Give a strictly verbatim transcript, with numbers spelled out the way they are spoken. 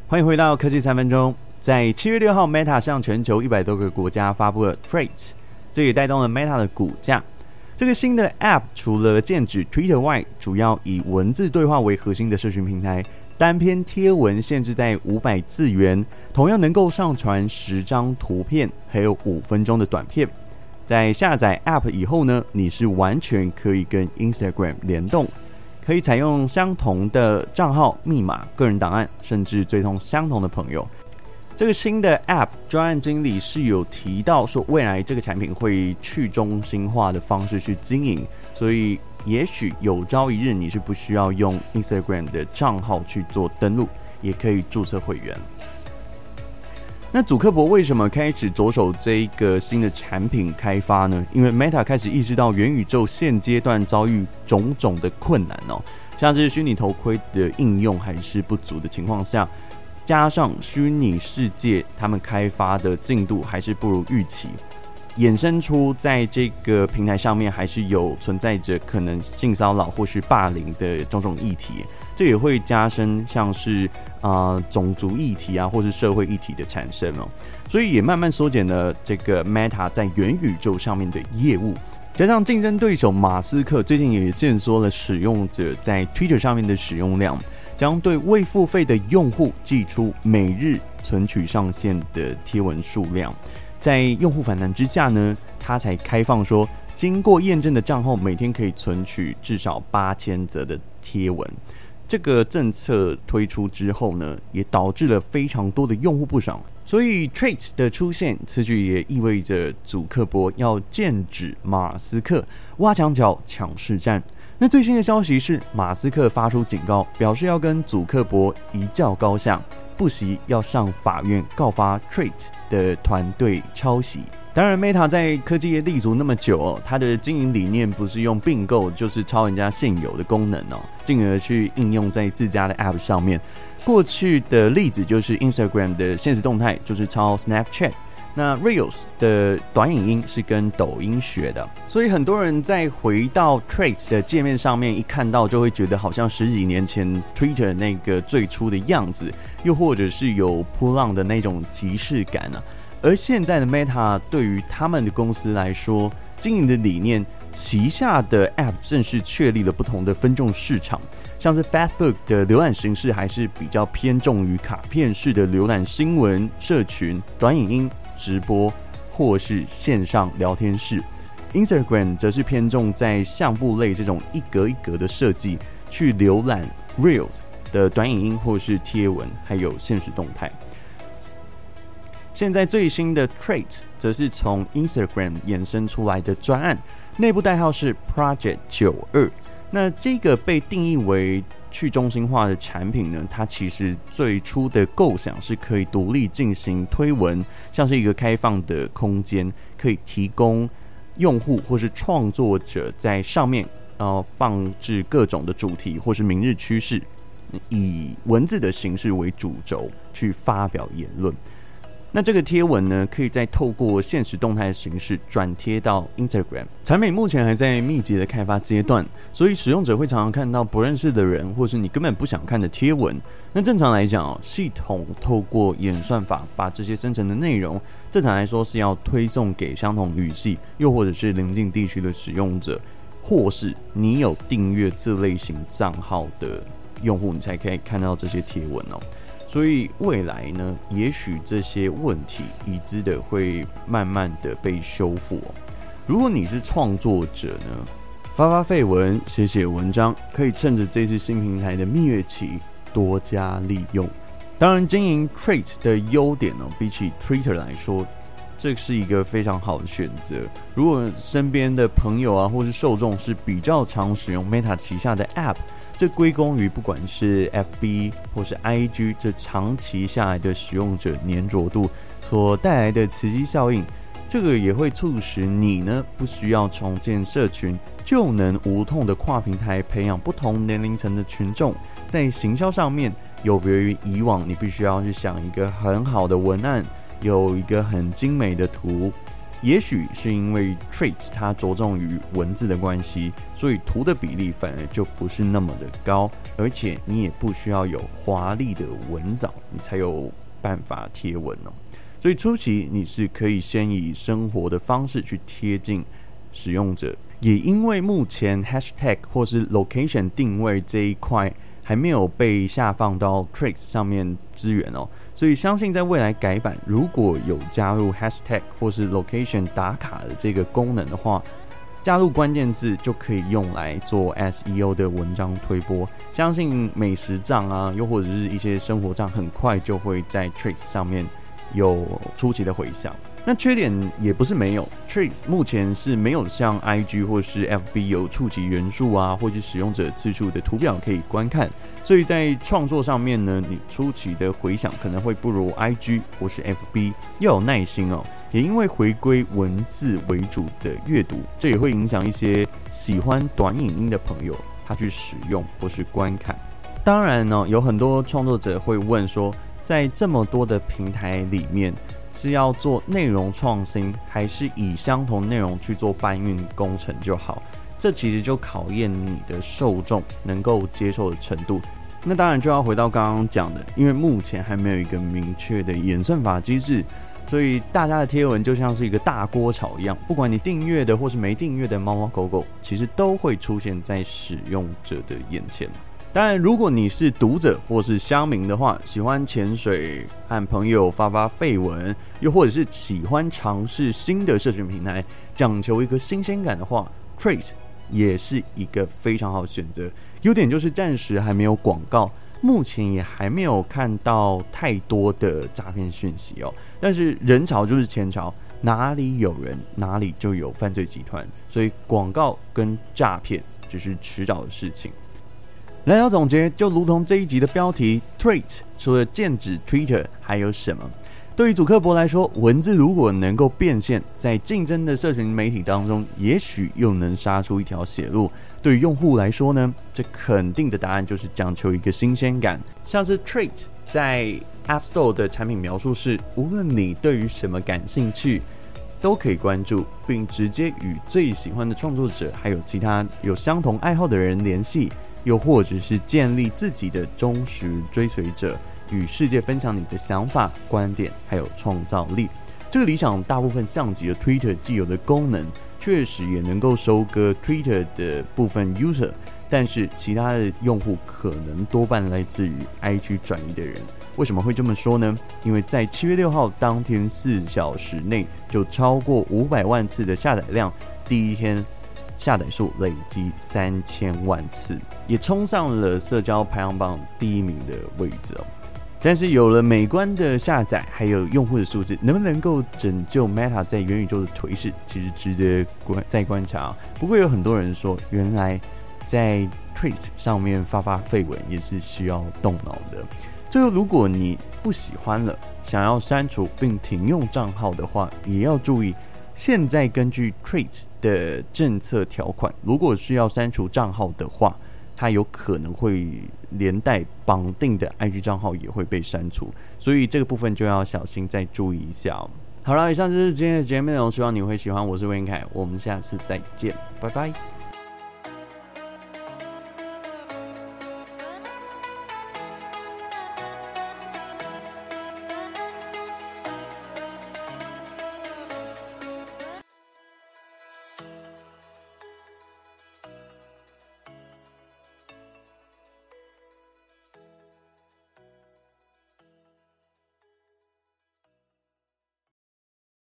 欢迎回到科技三分钟。在七月六号 Meta 向全球一百多个国家发布了 Threads， 这也带动了 Meta 的股价。这个新的 App 除了剑指 Twitter 外，主要以文字对话为核心的社群平台，单篇贴文限制在五百字元，同样能够上传十张图片，还有五分钟的短片。在下载 App 以后呢，你是完全可以跟 Instagram 联动，可以采用相同的账号、密码、个人档案，甚至追踪相同的朋友。这个新的 App 专案经理是有提到说，未来这个产品会去中心化的方式去经营，所以也许有朝一日你是不需要用 Instagram 的账号去做登录，也可以注册会员。那祖克伯为什么开始着手这一个新的产品开发呢？因为 Meta 开始意识到元宇宙现阶段遭遇种种的困难哦，像是虚拟头盔的应用还是不足的情况下，加上虚拟世界他们开发的进度还是不如预期，衍生出在这个平台上面还是有存在着可能性骚扰或是霸凌的种种议题，这也会加深像是呃种族议题啊或是社会议题的产生哦，所以也慢慢缩减了这个 Meta 在元宇宙上面的业务。加上竞争对手马斯克最近也限缩了使用者在 Twitter 上面的使用量，将对未付费的用户寄出每日存取上限的贴文数量。在用户反弹之下呢，他才开放说，经过验证的账号每天可以存取至少八千则的贴文。这个政策推出之后呢，也导致了非常多的用户不爽。所以 Threads 的出现，此举也意味着祖克伯要剑指马斯克，挖墙脚抢市占。那最新的消息是，马斯克发出警告，表示要跟祖克伯一较高下，不惜要上法院告发 Threads 的团队抄袭。当然 Meta 在科技业立足那么久哦，它的经营理念不是用并购，就是抄人家现有的功能哦，进而去应用在自家的 App 上面。过去的例子就是 Instagram 的限时动态就是抄 Snapchat， 那 Reels 的短影音是跟抖音学的，所以很多人在回到 Threads 的界面上面一看到，就会觉得好像十几年前 Twitter 那个最初的样子，又或者是有波浪的那种即视感啊。而现在的 Meta 对于他们的公司来说，经营的理念，旗下的 App 正式确立了不同的分众市场，像是 Facebook 的浏览形式还是比较偏重于卡片式的浏览新闻、社群、短影音、直播或是线上聊天室。Instagram 则是偏重在相簿类这种一格一格的设计，去浏览 Reels 的短影音或是贴文，还有限时动态。现在最新的 Threads 则是从 Instagram 衍生出来的专案，内部代号是 Project 九二。那这个被定义为去中心化的产品呢，它其实最初的构想是可以独立进行推文，像是一个开放的空间，可以提供用户或是创作者在上面呃放置各种的主题或是明日趋势，以文字的形式为主轴去发表言论。那这个贴文呢，可以再透过限时动态的形式转贴到 Instagram。产品目前还在密集的开发阶段，所以使用者会常常看到不认识的人，或是你根本不想看的贴文。那正常来讲哦，系统透过演算法把这些生成的内容，正常来说是要推送给相同语系，又或者是邻近地区的使用者，或是你有订阅这类型账号的用户，你才可以看到这些贴文哦。所以未来呢，也许这些问题已知的会慢慢的被修复哦。如果你是创作者呢，发发废文、写写文章，可以趁着这次新平台的蜜月期多加利用。当然，经营 Threads 的优点哦，比起 Twitter 来说，这是一个非常好的选择。如果身边的朋友啊，或是受众是比较常使用 Meta 旗下的 App， 这归功于不管是 F B 或是 I G 这长期下来的使用者黏着度所带来的刺激效应。这个也会促使你呢，不需要重建社群，就能无痛的跨平台培养不同年龄层的群众。在行销上面，有别于以往，你必须要去想一个很好的文案，有一个很精美的图， 也许是因为 Threads 它着重于文字的关系，所以图的比例反而就不是那么的高，而且你也不需要有华丽的文藻，你才有办法贴文哦。所以初期你是可以先以生活的方式去贴近使用者，也因为目前 hashtag 或是 location 定位这一块还没有被下放到 Threads 上面支援哦，所以相信在未来改版如果有加入 hashtag 或是 location 打卡的这个功能的话，加入关键字就可以用来做 S E O 的文章推播，相信美食账啊，又或者是一些生活账，很快就会在 Threads 上面有出奇的回响。那缺点也不是没有 ，Threads 目前是没有像 I G 或是 F B 有触及人数啊，或是使用者次数的图表可以观看，所以在创作上面呢，你初期的回响可能会不如 I G 或是 F B， 要有耐心哦。也因为回归文字为主的阅读，这也会影响一些喜欢短影音的朋友，他去使用或是观看。当然呢，有很多创作者会问说，在这么多的平台里面，是要做内容创新，还是以相同内容去做搬运工程就好？这其实就考验你的受众能够接受的程度。那当然就要回到刚刚讲的，因为目前还没有一个明确的演算法机制，所以大家的贴文就像是一个大锅炒一样，不管你订阅的或是没订阅的猫猫狗狗，其实都会出现在使用者的眼前。当然，如果你是读者或是乡民的话，喜欢潜水和朋友发发废文，又或者是喜欢尝试新的社群平台，讲求一个新鲜感的话 ，Threads 也是一个非常好的选择。优点就是暂时还没有广告，目前也还没有看到太多的诈骗讯息哦。但是人潮就是钱潮，哪里有人，哪里就有犯罪集团，所以广告跟诈骗只是迟早的事情。来到总结，就如同这一集的标题 Threads 除了剑指 Twitter 还有什么？对于祖克伯来说，文字如果能够变现，在竞争的社群媒体当中，也许又能杀出一条血路。对于用户来说呢，这肯定的答案就是讲求一个新鲜感。像是 Threads 在 App Store 的产品描述是，无论你对于什么感兴趣，都可以关注，并直接与最喜欢的创作者还有其他有相同爱好的人联系，又或者是建立自己的忠实追随者，与世界分享你的想法、观点还有创造力。这个理想大部分像极了 Twitter 既有的功能，确实也能够收割 Twitter 的部分 user， 但是其他的用户可能多半来自于 I G 转移的人。为什么会这么说呢？因为在七月六号当天四小时内就超过五百万次的下载量，第一天下载数累积三千万次，也冲上了社交排行榜第一名的位置哦。但是有了美观的下载，还有用户的数字，能不能够拯救 Meta 在元宇宙的颓势，其实值得再观察。不过有很多人说，原来在 Threads 上面发发废文也是需要动脑的。最后，如果你不喜欢了，想要删除并停用账号的话，也要注意，现在根据 Threads 的政策条款，如果是要删除账号的话，它有可能会连带绑定的 I G 账号也会被删除，所以这个部分就要小心再注意一下哦。好了，以上就是今天的节目内容，希望你会喜欢。我是魏英凯，我们下次再见，拜拜。